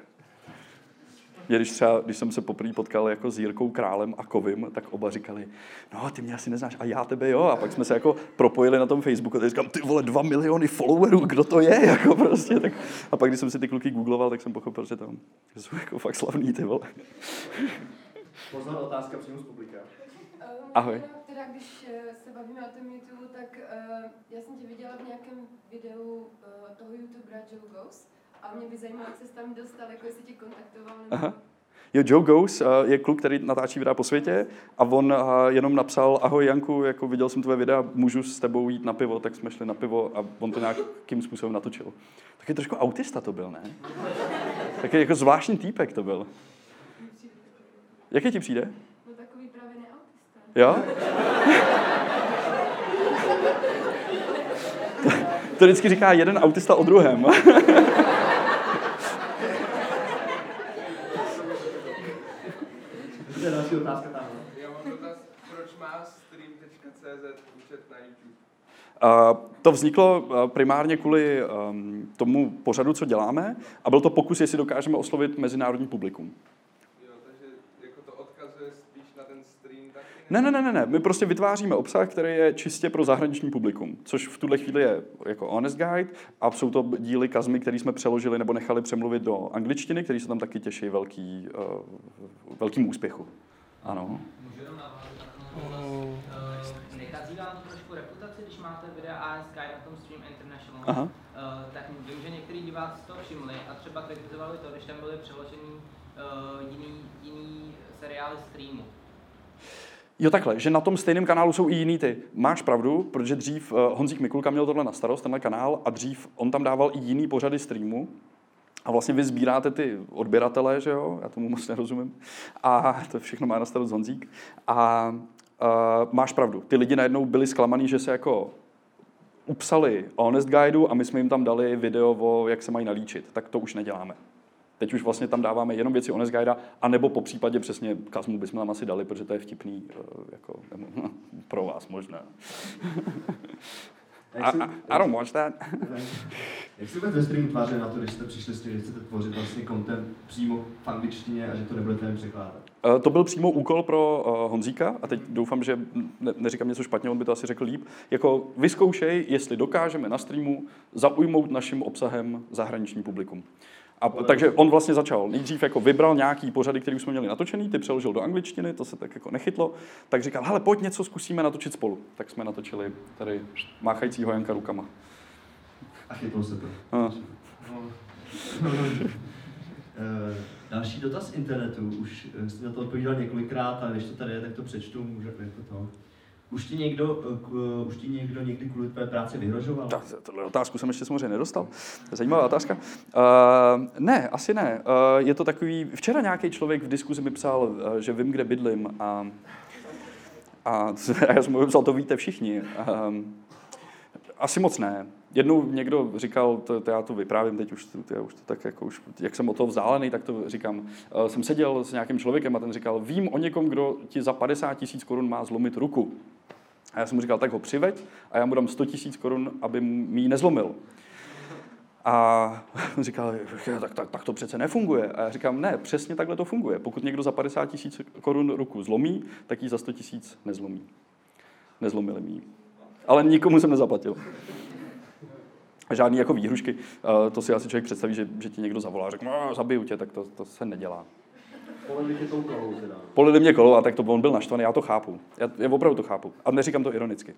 Když jsem se poprvé potkal jako s Jirkou Králem a Kovim, tak oba říkali, no ty mě asi neznáš a já tebe jo. A pak jsme se jako propojili na tom Facebooku a teď říkám, ty vole, 2 miliony followerů, kdo to je? Jako prostě, tak. A pak když jsem si ty kluky googloval, tak jsem pochopil, že jsou jako fakt slavný, ty vole. Pozor, otázka přímo z publika. Ahoj. Teda, když se bavíme o tom YouTube, tak já jsem tě viděla v nějakém videu toho YouTubera Joe Goes a mě by zajímalo, jak jsi tam dostal, jako jestli tě kontaktoval. Nebo... Aha. Jo, Joe Goes je kluk, který natáčí videa po světě a on jenom napsal, ahoj Janku, jako viděl jsem tvoje videa, můžu s tebou jít na pivo, tak jsme šli na pivo a on to nějakým způsobem natočil. Taky trošku autista to byl, ne? Taky jako zvláštní týpek to byl. Jaký ti přijde? No takový právě neautista. Jo? To vždycky říká jeden autista o druhém. To je další otázka tam. Já mám dotaz, proč má stream.cz účet na YouTube? To vzniklo primárně kvůli tomu pořadu, co děláme, a byl to pokus, jestli dokážeme oslovit mezinárodní publikum. Jo, takže jako to odkazuje spíš na ten stream taky? Ne. My prostě vytváříme obsah, který je čistě pro zahraniční publikum, což v tuhle chvíli je jako Honest Guide a jsou to díly Kazmy, které jsme přeložili nebo nechali přemluvit do angličtiny, které se tam taky těší velkým úspěchu. Ano. Můžu jenom navázat na nekazí vám trošku reputaci, když máte videa AS Guide na tom Stream International, tak vím, že některý diváci to všimli a třeba kritizovali to, když tam byly přeložený jiný seriály streamu. Jo, takhle, že na tom stejném kanálu jsou i jiný ty. Máš pravdu, protože dřív Honzík Mikulka měl tohle na starost, tenhle kanál, a dřív on tam dával i jiný pořady streamu. A vlastně vy sbíráte ty odběratele, že jo? Já tomu moc nerozumím. A to všechno má na starost Honzík. A máš pravdu, ty lidi najednou byli zklamaný, že se jako upsali Honest Guideu a my jsme jim tam dali video o jak se mají nalíčit. Tak to už neděláme. Teď už vlastně tam dáváme jenom věci Honest Guidea, anebo po případě přesně Kazmu bychom tam asi dali, protože to je vtipný jako, pro vás možná. I don't watch that. Jak si ve streamu tvářili na to, když jste přišli s tím, že chcete tvořit vlastně content přímo v angličtině a že to nebudete jen překládat? To byl přímo úkol pro Honzíka a teď doufám, že neříkám něco špatně, on by to asi řekl líp. Jako vyzkoušej, jestli dokážeme na streamu zaujmout naším obsahem zahraniční publikum. Takže on vlastně začal. Nejdřív jako vybral nějaký pořady, který už jsme měli natočený, ty přeložil do angličtiny, to se tak jako nechytlo, tak říkal, hele, pojď něco zkusíme natočit spolu. Tak jsme natočili tady máchajícího Janka rukama. A chytlo se to. Další Další dotaz z internetu, už jste na to odpovídal několikrát, a když to tady je, tak to přečtu, může jako to. Už ti někdo někdy kvůli tvé práci vyhrožoval? Tak, tohle otázku jsem ještě samozřejmě nedostal. To je zajímavá otázka. Ne, asi ne. Je to takový... Včera nějaký člověk v diskuzi mi psal, že vím, kde bydlím a já jsem mu psal, to víte všichni. Asi moc ne. Jednou někdo říkal, to já to vyprávím teď, už to tak jako jak jsem od toho vzdálený, tak to říkám. Jsem seděl s nějakým člověkem a ten říkal, vím o někom, kdo ti za 50 000 korun má zlomit ruku. A já jsem mu říkal, tak ho přiveď a já mu dám 100 000 korun, aby mi ji nezlomil. A on říkal, tak to přece nefunguje. A já říkám, ne, přesně takhle to funguje. Pokud někdo za 50 000 korun ruku zlomí, tak ji za 100 000 nezlomí. Nezlomili mi ji. Ale nikomu jsem nezaplatil. Žádný jako výhrušky. To si asi člověk představí, že ti někdo zavolá a řekne, zabiju tě, tak to se nedělá. Polili tě tou kolou teda. Polili mě kolou a tak to on byl naštvaný, já to chápu. Já opravdu to chápu. A neříkám to ironicky.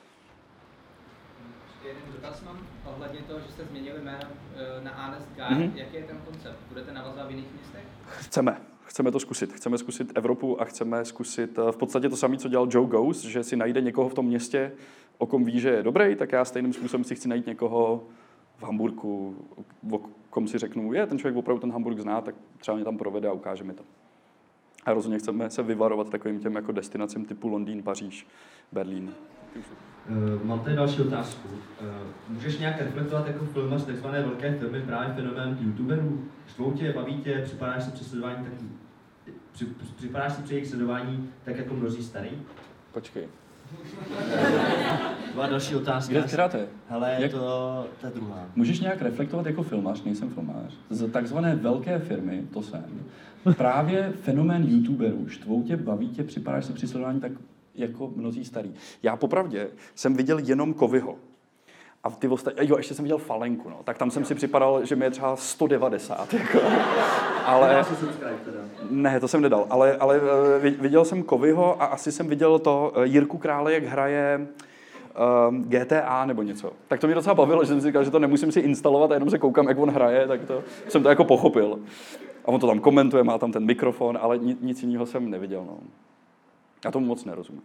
Ještě jeden dotaz mám ohledně toho, že jste změnili jméno na Honest Guide. Jaký je ten koncept? Budete navazovat v jiných městech? Chceme to zkusit. Chceme zkusit Evropu a chceme zkusit v podstatě to samé, co dělal Joe Goes, že si najde někoho v tom městě, o kom ví, že je dobrý, tak já stejným způsobem si chci najít někoho v Hamburku, o kom si řeknu, ten člověk opravdu ten Hamburg zná, tak třeba mě tam provede a ukáže mi to. A rozhodně chceme se vyvarovat takovým těm jako destinacím typu Londýn, Paříž, Berlín. Mám tady další otázku. Můžeš nějak reflektovat jako filmař takzvané velké firmy právě fenomén youtuberů? Štvou tě, baví tě, připadáš si při sledování připadáš si při jejich sledování tak jako mnozí starý? Počkej. Dva další otázky. Která to je? Hele, to je druhá. Můžeš nějak reflektovat jako filmař, nejsem filmař, z takzvané velké firmy, to jsem, právě fenomén youtuberů, štvou tě, baví tě, připadáš si při sledování tak jako mnozí starý. Já popravdě jsem viděl jenom Kovyho. A ty ostatní, ještě jsem viděl Falenku, no. Tak tam jsem si připadal, že mi je třeba 190, jako. Ale ne, to jsem nedal, ale viděl jsem Kovyho a asi jsem viděl to Jirku Krále, jak hraje GTA nebo něco. Tak to mě docela bavilo, že jsem si říkal, že to nemusím si instalovat a jenom se koukám, jak on hraje, tak to jsem to jako pochopil. A on to tam komentuje, má tam ten mikrofon, ale nic jiného jsem neviděl, no. Já tomu moc nerozumím.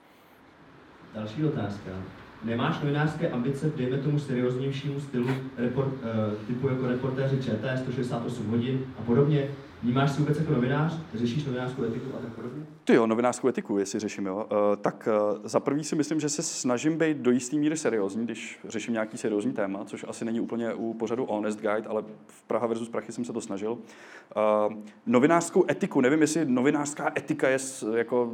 Další otázka. Nemáš novinářské ambice, dejme tomu serióznějšímu stylu typu jako reportéři ČT, 168 hodin a podobně? Vnímáš si vůbec jako novinář? Řešíš novinářskou etiku a tak podobně? Ty jo, novinářskou etiku, jestli řeším, jo. Tak za prvý si myslím, že se snažím být do jistý míry seriózní, když řeším nějaký seriózní téma, což asi není úplně u pořadu Honest Guide, ale v Praha versus Prachy jsem se to snažil. Novinářskou etiku, nevím, jestli novinářská etika je jako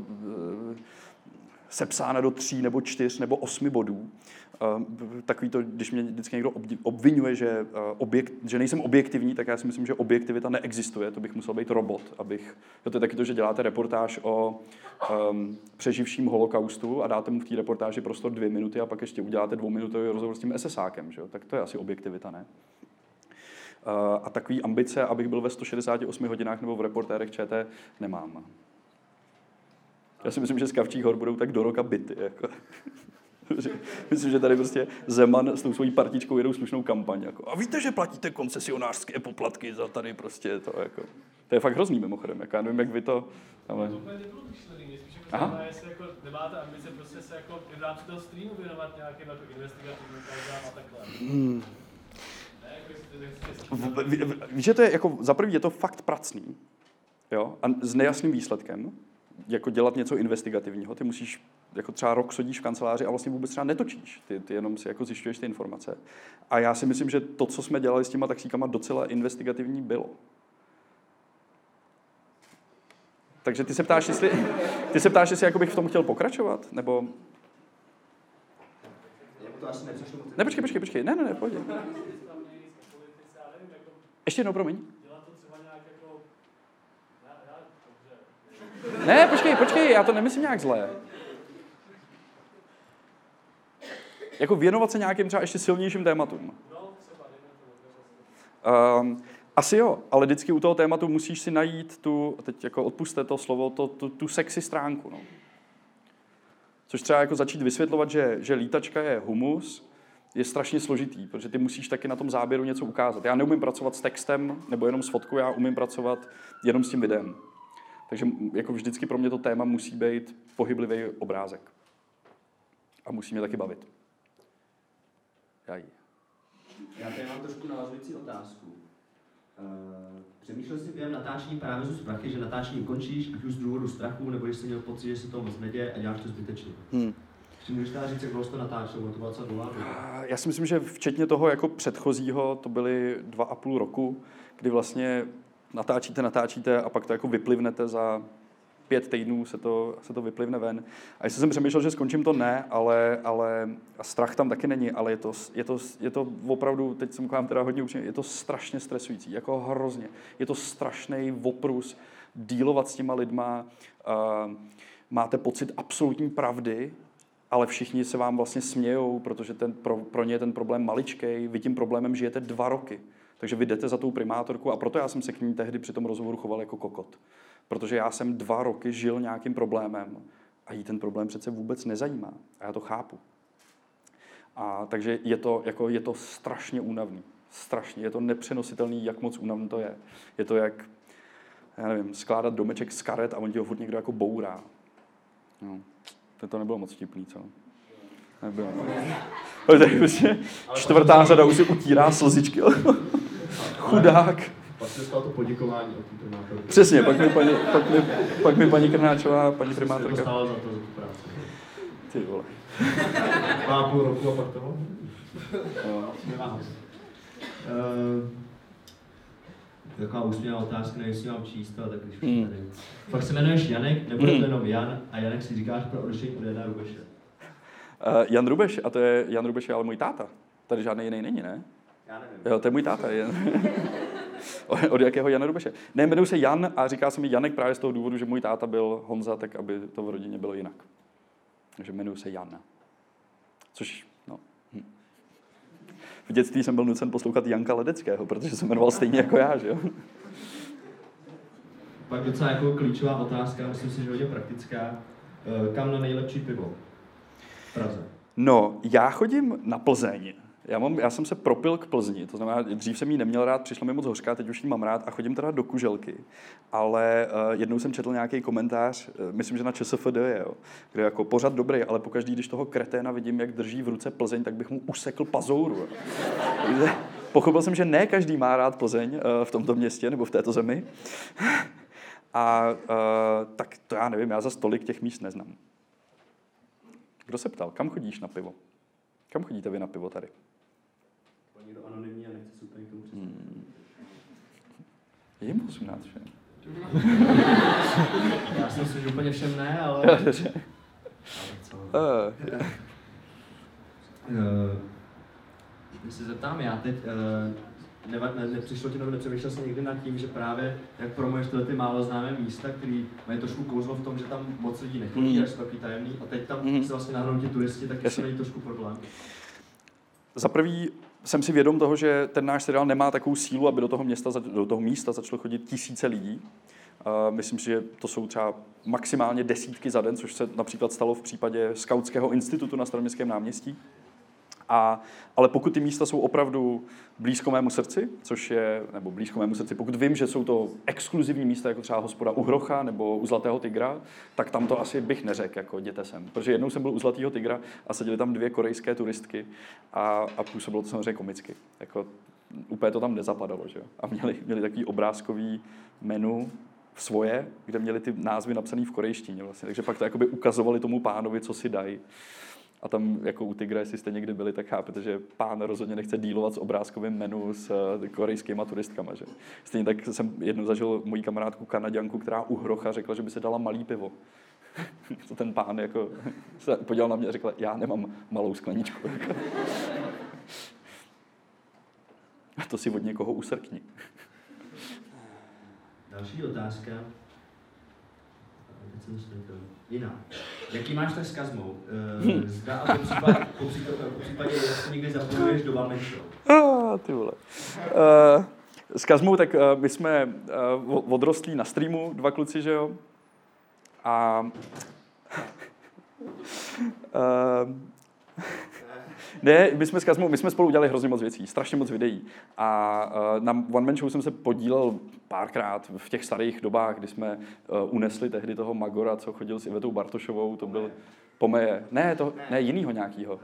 sepsána do 3 nebo 4 nebo 8 bodů. Takový to, když mě vždycky někdo obvinuje, že nejsem objektivní, tak já si myslím, že objektivita neexistuje, to bych musel být robot, to je taky to, že děláte reportáž o přeživším holokaustu a dáte mu v té reportáži prostor 2 minuty a pak ještě uděláte 2minutový rozhovor s tím SSákem, že jo? Tak to je asi objektivita, ne? A takový ambice, abych byl ve 168 hodinách nebo v Reportérech ČT, nemám. Já si myslím, že z Kavčích hor budou tak do roka byty. Jako. Myslím, že tady prostě Zeman s tou svojí partičkou jedou slušnou kampaň. Jako. A víte, že platíte koncesionářské poplatky za tady prostě to. Jako. To je fakt hrozný mimochodem. Jako. Já nevím, jak vy to... Ale... To úplně nebylo myšlený. Spíš jako zajímá, jestli jako nemáte ambice prostě se jako v rámci toho streamu věnovat nějakým jako investigativním kauzám a takhle. Víš, že to je jako, za první je to fakt pracný, jo, a s nejasným výsledkem, jako dělat něco investigativního. Ty musíš, jako třeba rok sedíš v kanceláři a vlastně vůbec třeba netočíš. Ty jenom si jako zjišťuješ ty informace. A já si myslím, že to, co jsme dělali s těma taxíkama, docela investigativní bylo. Takže ty se ptáš, jestli jako bych v tom chtěl pokračovat? Nebo... Ne, počkej. Ne, pojď. Ještě jednou, promiň. Ne, počkej, já to nemyslím nějak zlé. Jako věnovat se nějakým třeba ještě silnějším tématům. Asi jo, ale vždycky u toho tématu musíš si najít teď jako odpusťte to slovo, tu sexy stránku. No. Což třeba jako začít vysvětlovat, že lítačka je humus, je strašně složitý, protože ty musíš taky na tom záběru něco ukázat. Já neumím pracovat s textem nebo jenom s fotkou, já umím pracovat jenom s tím videem. Takže jako vždycky pro mě to téma musí být pohyblivý obrázek. A musí mě taky bavit. Já tady mám trošku navazující otázku. Přemýšlel jsi během natáčení právě z prachy, že natáčení končíš, ať už z důvodu strachu, nebo že jsi měl pocit, že se to moc neděje a děláš to zbytečně? Můžeš teda říct, jak dlouho jsi to natáčel, to byla docela dlouhá doba. Já si myslím, že včetně toho jako předchozího, to byly 2,5 roku, kdy vlastně natáčíte a pak to jako vyplivnete za 5 týdnů se to vyplivne ven. A jestli jsem přemýšlel, že skončím, to ne, ale strach tam taky není, ale je to opravdu, teď jsem k vám teda hodně upřímně, je to strašně stresující, jako hrozně. Je to strašný oprus dílovat s těma lidma, máte pocit absolutní pravdy, ale všichni se vám vlastně smějou, protože pro ně je ten problém maličkej, vy tím problémem žijete 2 roky. Takže vy jdete za tou primátorku a proto já jsem se k ní tehdy při tom rozhovoru choval jako kokot. Protože já jsem 2 roky žil nějakým problémem a jí ten problém přece vůbec nezajímá. A já to chápu. A takže je to strašně únavný. Strašně. Je to nepřenositelný, jak moc únavný to je. Je to jak, já nevím, skládat domeček z karet a on ti ho furt někdo jako bourá. No. To nebylo moc vtipný, co? Nebylo. Ale tady prostě 4. řada už si utírá slzičky. Chudák. Pak se stalo to poděkování od té primátorky. Přesně, pak mi paní Krnáčová, paní primátorka. Jsi dostala za to, za tu práci. Ty vole. 2,5 roku a pak toho? Taková úsměvná otázka, nevím, jestli mám číst, ale tak když už tady. Pak se jmenuješ Janek, nebo je to jenom Jan, a Janek si říkáš pro odlišení od Jana Rubeše. Jan Rubeš, a to je Jan Rubeš, je ale můj táta. Tady žádný jiný není, ne? Já nevím. Jo, to je můj táta. Od jakého Jana Rubeše? Ne, jmenuji se Jan a říká se mi Janek právě z toho důvodu, že můj táta byl Honza, tak aby to v rodině bylo jinak. Takže jmenuji se Jan. Což, no. V dětství jsem byl nucen poslouchat Janka Ledeckého, protože se jmenoval stejně jako já, že jo? Pak docela jako klíčová otázka, myslím si, že hodně praktická. Kam na nejlepší pivo? V Praze. No, já chodím na Plzeň. Já jsem se propil k Plzni, to znamená, dřív jsem ji neměl rád, přišlo mi moc hořká, teď už ji mám rád a chodím teda do Kuželky. Ale jednou jsem četl nějaký komentář, myslím, že na ČSFD, jo, kde jako pořad dobrý, ale pokaždý, když toho kreténa vidím, jak drží v ruce Plzeň, tak bych mu usekl pazouru. Takže pochopil jsem, že ne každý má rád Plzeň v tomto městě nebo v této zemi. A tak to já nevím, já za tolik těch míst neznám. Kdo se ptal, kam chodíš na pivo? Kam chodíte vy na pivo tady? Někdo anonymní a nechce se úplně k tomu přestat. Je jim 18 všem. Já si myslím, že úplně všem ne, ale... Když se zeptám já teď, nepřišlo ti nebo nepřemýšlel jsi někdy nad tím, že právě jak promuješ tyhle ty málo známé místa, které mají trošku kouzlo v tom, že tam moc lidí nechodí, až jsou takový tajemný, a teď tam se vlastně nahrnou ti turisti, tak to není trošku problém. Za prvý jsem si vědom toho, že ten náš seriál nemá takovou sílu, aby do toho místa začalo chodit tisíce lidí. Myslím si, že to jsou třeba maximálně desítky za den, což se například stalo v případě Skautského institutu na Staroměstském náměstí. Ale pokud ty místa jsou opravdu blízko mému srdci, pokud vím, že jsou to exkluzivní místa, jako třeba hospoda u Hrocha nebo u Zlatého tygra, tak tam to asi bych neřekl, jako jděte sem. Protože jednou jsem byl u Zlatého tygra a seděly tam 2 korejské turistky a působilo to samozřejmě komicky. Jako, úplně to tam nezapadalo, že? A měli takový obrázkový menu svoje, kde měli ty názvy napsané v korejštině vlastně. Takže pak to jakoby ukazovali tomu pánovi, co si dají. A tam jako u Tygra, jestli jste někdy byli, tak chápete, že pán rozhodně nechce dílovat s obrázkovým menu s korejskýma turistkama. Že? Stejně tak jsem jednou zažil moji kamarádku Kanaďanku, která u Hrocha řekla, že by se dala malý pivo. To ten pán jako se podíval na mě a řekl, já nemám malou skleničku. A to si od někoho usrkni. Další otázka. Jiná. Jaký máš tak s Kazmou? Zda a po případě, jestli někdy zapojuješ do One Man Show. Ty vole. S Kazmou, tak my jsme odrostlí na streamu, 2 kluci, že jo? Ne, my jsme spolu udělali hrozně moc věcí, strašně moc videí. A na One Man Show jsem se podílel párkrát v těch starých dobách, kdy jsme unesli tehdy toho Magora, co chodil s Ivetou Bartošovou, to byl Pomeje. Ne, jinýho nějakýho.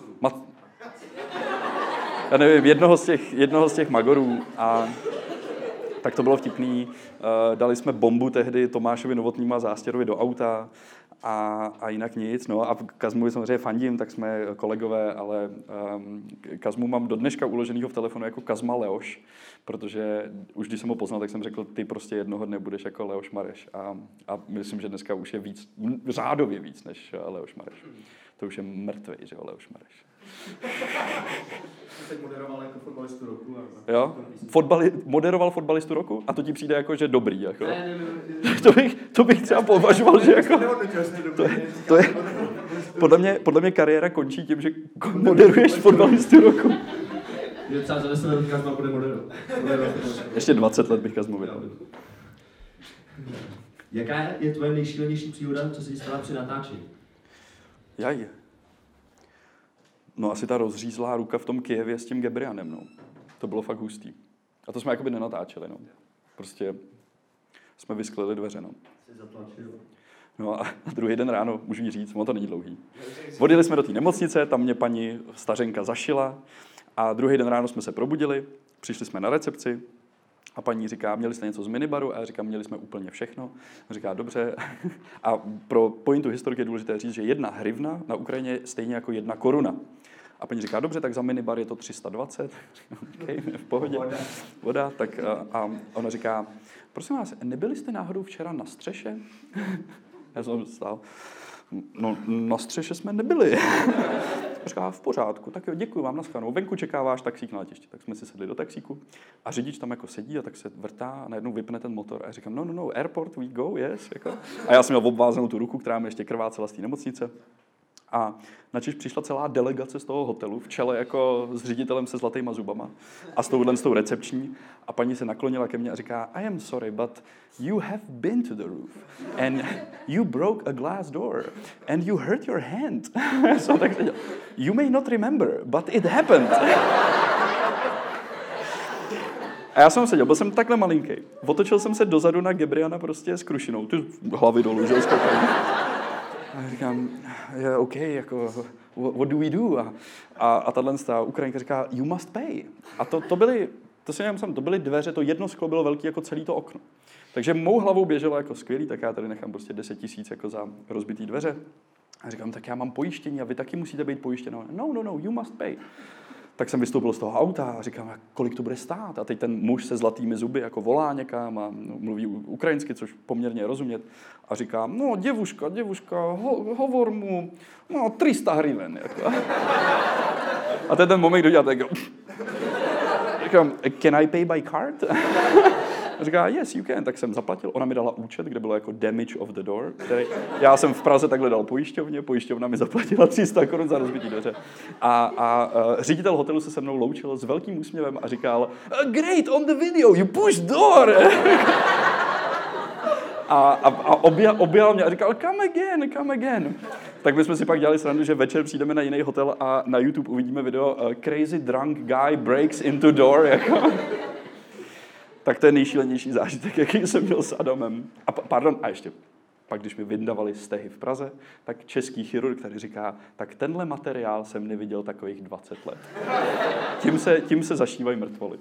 Já nevím, jednoho z těch Magorů. A tak to bylo vtipný. Dali jsme bombu tehdy Tomášovi Novotnému a Zástěrovi do auta a jinak nic. No a Kazmovi samozřejmě fandím, tak jsme kolegové, ale Kazmu mám do dneška uloženýho v telefonu jako Kazma Leoš, protože už když jsem ho poznal, tak jsem řekl, ty prostě jednoho dne budeš jako Leoš Mareš. A myslím, že dneska už je řádově víc než Leoš Mareš. To už je mrtvej, že jo, Leoš Mareš. Teď moderoval jako fotbalistu roku. Jo? Moderoval fotbalistu roku? A to ti přijde jako, že dobrý, jako? Ne. To bych třeba považoval, že jako... Podle mě kariéra končí tím, že moderuješ fotbalistu roku. Je třeba za 10 let Kazma bude moderovat. Ještě 20 let bych Kazmu vydal. Jaká je tvoje nejšílenější příhoda, co se ti stala při natáčení? Jaj. No asi ta rozřízlá ruka v tom Kyjevě s tím Gebrianem, no. To bylo fakt hustý. A to jsme jakoby nenatáčeli, no. Prostě jsme vysklili dveře, no. No a druhý den ráno, můžu jí říct, ono to není dlouhý. Odjeli jsme do té nemocnice, tam mě paní stařenka zašila a druhý den ráno jsme se probudili, přišli jsme na recepci a paní říká, měli jste něco z minibaru? A já říkám, měli jsme úplně všechno. A říká, dobře. A pro pointu historiky je důležité říct, že 1 hryvna na Ukrajině je stejně jako 1 koruna. A paní říká, dobře, tak za minibar je to 320. Okay, v pohodě. Voda. Tak, a ona říká, prosím vás, nebyli jste náhodou včera na střeše? Já jsem stál. No, na střeše jsme nebyli. Říká, v pořádku, tak jo, děkuji vám, nashledanou. Venku čeká váš taxík na letišti. Tak jsme si sedli do taxíku a řidič tam jako sedí a tak se vrtá a najednou vypne ten motor. A já říkám, no, airport, we go, yes. Jako. A já jsem měl obvázanou tu ruku, která mi ještě krvácela z té nemocnice. A načež přišla celá delegace z toho hotelu, v čele jako s ředitelem se zlatýma zubama a s tou recepční. A paní se naklonila ke mně a říká, I am sorry, but you have been to the roof and you broke a glass door and you hurt your hand. So tak seděl, you may not remember, but it happened. A já jsem seděl, byl jsem takhle malinký. Otočil jsem se dozadu na Gebriana prostě s krušinou, ty hlavy dolů, že skakal. A říkám, yeah, OK, jako, what do we do? A tato Ukrajinka říká, you must pay. A to byly dveře, to jedno sklo bylo velký jako celé to okno. Takže mou hlavou běželo jako skvělý, tak já tady nechám prostě 10 000 jako za rozbitý dveře. A říkám, tak já mám pojištění a vy taky musíte být pojištěno. No, you must pay. Tak jsem vystoupil z toho auta a říkám, kolik to bude stát. A teď ten muž se zlatými zuby jako volá někam a mluví ukrajinsky, což poměrně rozumět. A říká, no děvuška, hovor mu, no 300 hryven. Jako. A to je ten moment, kdo dělá tak. Říkám, can I pay by card? A říká, yes, you can. Tak jsem zaplatil. Ona mi dala účet, kde bylo jako damage of the door. Který já jsem v Praze takhle dal pojišťovně. Pojišťovna mi zaplatila 300 korun za rozbitý dveře. A ředitel hotelu se mnou loučil s velkým úsměvem a říkal, great, on the video, you push door. A objal mě a říkal, come again. Tak my jsme si pak dělali srandu, že večer přijdeme na jiný hotel a na YouTube uvidíme video Crazy drunk guy breaks into door. Jako. Tak to je nejšílenější zážitek, jaký jsem měl s Adamem. A ještě, pak když mi vyndavali stehy v Praze, tak český chirurg tady říká, tak tenhle materiál jsem neviděl takových 20 let. Tím se zašívají mrtvoly.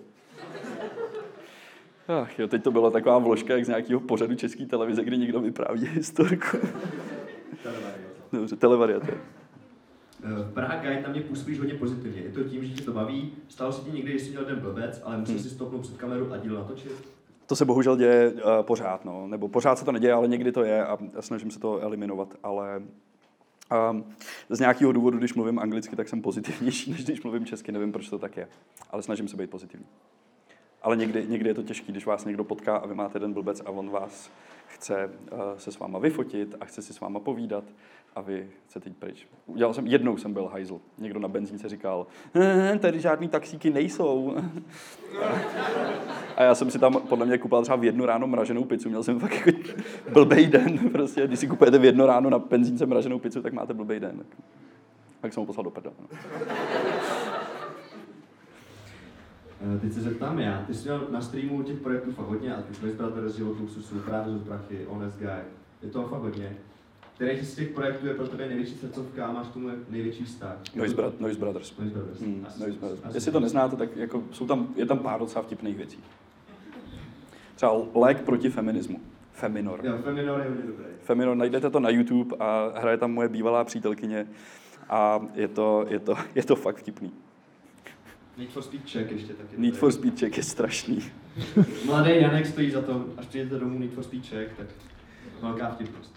Ach jo, teď to byla taková vložka jak z nějakého pořadu české televize, kdy někdo vypráví historku. Dobře, televariaty. Praha Guide na mě působíš hodně pozitivně. Je to tím, že tě to baví? Stalo se ti někdy, že jsi měl ten blbec, ale musel si stopnout před kameru a díl natočit? To se bohužel děje pořád, no. Nebo pořád se to neděje, ale někdy to je a snažím se to eliminovat, ale z nějakého důvodu, když mluvím anglicky, tak jsem pozitivnější, než když mluvím česky, nevím, proč to tak je, ale snažím se být pozitivní. Ale někdy je to těžké, když vás někdo potká a vy máte ten blbec a on vás chce se s váma vyfotit a chce si s váma povídat a vy chcete jít pryč. Jednou jsem byl hajzl. Někdo na benzínce říkal, tady žádný taxíky nejsou. A já jsem si tam podle mě kupoval třeba v 1 ráno mraženou pizzu. Měl jsem fakt jako blbej den. Prostě, když si kupujete v 1 ráno na benzínce mraženou pizzu, tak máte blbej den. Tak jsem ho poslal do prdele. Teď se zeptám já, ty jsi měl na streamu těch projektů fakt hodně, ať už Noise Brothers, Život luxusu, Právě z prachy, Honest Guy, je toho fakt hodně. Který z těch projektů je pro tebe největší srdcovka a máš k tomu největší vztah? Noise Brothers. Noise Brothers. Noise Brothers. Jestli to neznáte, tak jako je tam pár docela vtipných věcí. Třeba lék proti feminismu. Feminor. Jo, Feminor je hodně dobrý. Feminor, najdete to na YouTube a hraje tam moje bývalá přítelkyně a je to fakt vtipný. Need for Speed Check ještě taky. Need for Speed Check je strašný. Mladý Janek stojí za to, až přijdete domů Need for Speed Check, tak velká vtipnost.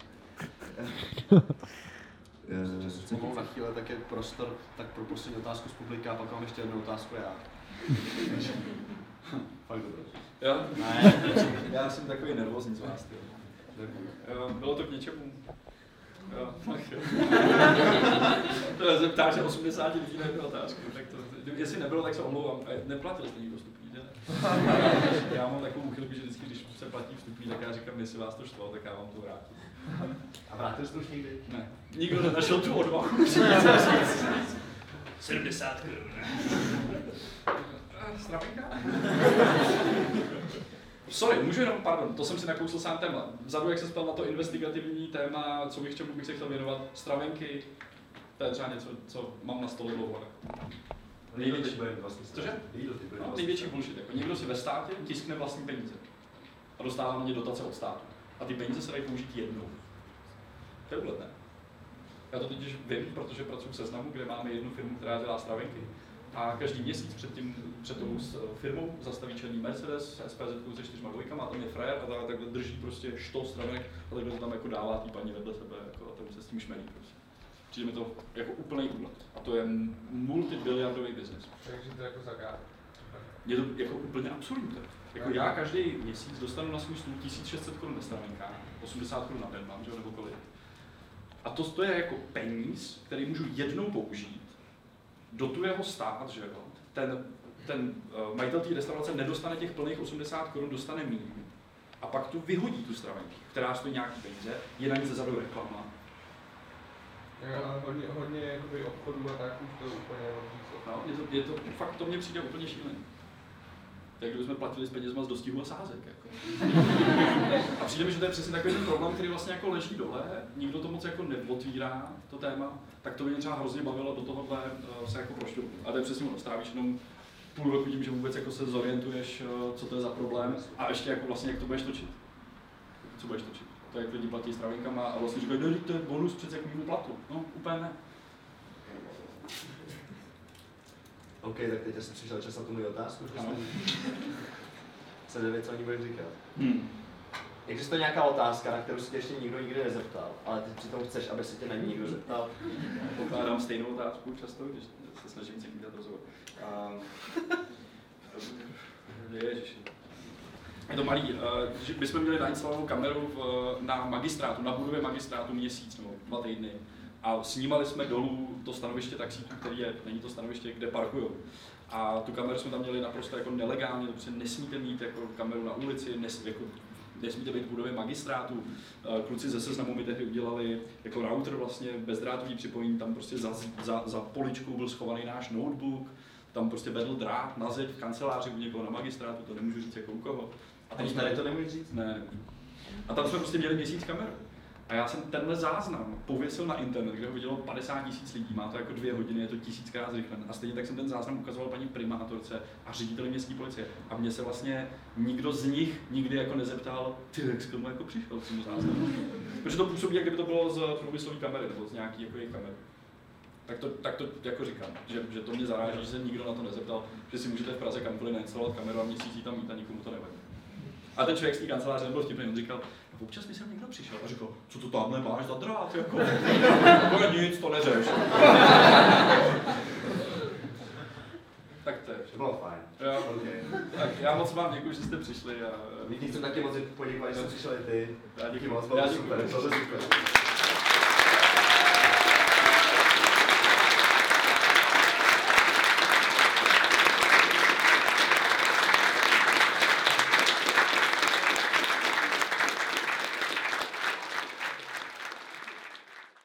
Pomalu na chvíli, tak je prostor tak pro poslední otázku z publika a pak mám ještě jednu otázku já. Fakt dobré. Jo? Ne, já jsem takový nervózní z vás. Bylo to k něčemu? Jo, tak jo. To se ptáš 80 lidí na jednu otázku, tak to, jestli nebylo, tak se omlouvám. Neplatil jste nikdo vstupní, ne? Já mám takovou uchylku, že vždycky, když se platí vstupní, tak já říkám, jestli vás to štvalo, tak já vám to vrátím. A vrátil jsi to už někdy? Ne. Nikdo nenašel tu odvahu. 70 korun. Stravenka? Sorry, můžu jenom, pardon, to jsem si nakousl sám téma. Vzadu, jak se ptal na to investigativní téma, čemu bych se chtěl věnovat, stravenky, to je třeba něco, co mám na stole dlouho. Největší, největší bullshit, jako někdo si ve státě tiskne vlastní peníze a dostává na ně dotace od státu. A ty peníze se dají použít jednou. To je úlet, ne? Já to totiž vím, protože pracuji v Seznamu, kde máme jednu firmu, která dělá stravenky. A každý měsíc před tou firmou zastaví černý Mercedes s SPZ se 4 dvojkama a tam je frajer a takhle drží prostě štos stravenek a takhle to tam jako dává tý paní vedle sebe jako, a tam se s tím šmelí prostě. Přijde mi to jako úplný úlet. A to je multibiliardový biznes. Takže to jako zakáže. Je to jako úplně absurdní. Jako já každý měsíc dostanu na svůj stůl 1600 korun na stravenkách, 80 korun na den mám, že jo, nebo kolik. A to je jako peníz, který můžu jednou použít, dotuje ho stát, že jo. Ten majitel té restaurace nedostane těch plných 80 korun, dostane míň. A pak tu vyhodí tu stravenku, která stojí nějaký peníze, je na ní zezadu reklama. Hodně jakoby obchodů a tak už to úplně odřízlo. No, je to fakt, to mně přijde úplně šílený. Tak kdybychom platili s penězma z dostihu a sázek. Jako. A přijde mi, že to je přesně takový ten problém, který vlastně jako leží dole, nikdo to moc jako neotvírá, to téma, tak to mě třeba hrozně bavilo do tohohle se jako prošťoupit. A to je přesně ono, strávíš jenom půl roku tím, že vůbec jako se zorientuješ, co to je za problém a ještě jako vlastně, jak to budeš točit. Co budeš točit? To je, jak lidi platí stravenkama a vlastně říkají, no, to je bonus přece k mému platu. No, úplně ne. OK, tak teď asi přišel čas na tu moji otázku. Se neví, co ani budeš říkat. Existuje nějaká otázka, na kterou se tě ještě nikdo nikdy nezeptal, ale ty přitom chceš, aby se tě na ní někdo zeptal? Pokládám stejnou otázku často, když se snažím si udělat rozhovor. Ježiši. Je to malý. My jsme měli nainstalovanou kameru na magistrátu, na budově magistrátu měsíc nebo 2 týdny. A snímali jsme dolů to stanoviště taxíků, který není to stanoviště, kde parkujou. A tu kameru jsme tam měli naprosto jako nelegálně, to prostě nesmíte mít jako kameru na ulici, nesmíte být v budově magistrátu. Kluci ze Seznamu mi tehdy udělali jako router vlastně, bezdrátový připojení, tam prostě za poličkou byl schovaný náš notebook, tam prostě vedl drát na zeď v kanceláři u někoho na magistrátu, to nemůžu říct jako u koho. A teď tady to nemůžu říct? Ne. A tam jsme prostě měli měsíc kameru. A já jsem tenhle záznam pověsil na internet, kde ho vidělo 50 000 lidí, má to jako 2 hodiny, je to 1000krát zrychlen. A stejně tak jsem ten záznam ukazoval paní primátorce a řediteli městské policie. A mě se vlastně nikdo z nich nikdy jako nezeptal, ty jak k tomu jako přišel k tomu záznamu. Protože to působí, jak kdyby to bylo z průmyslové kamery nebo z nějaký jako jejich kamery. Tak to jako říkám, že to mě zaráží, že se nikdo na to nezeptal, že si můžete v Praze kamkoliv nainstalovat kameru a měsíc jí tam mít a nikomu to nevadí. A ten člověk z té kanceláře nebyl vtipný, on říkal, občas mi sem někdo přišel a říkal, co to tamhle máš za drát, jako? Nic, to neřeš. Tak to je. To bylo fajn. Jo. Okay. Tak já moc vám děkuji, že jste přišli. Díky, jsem taky moc poděkovat, že jste přišli ty. Já děkuji. Moc, bylo super.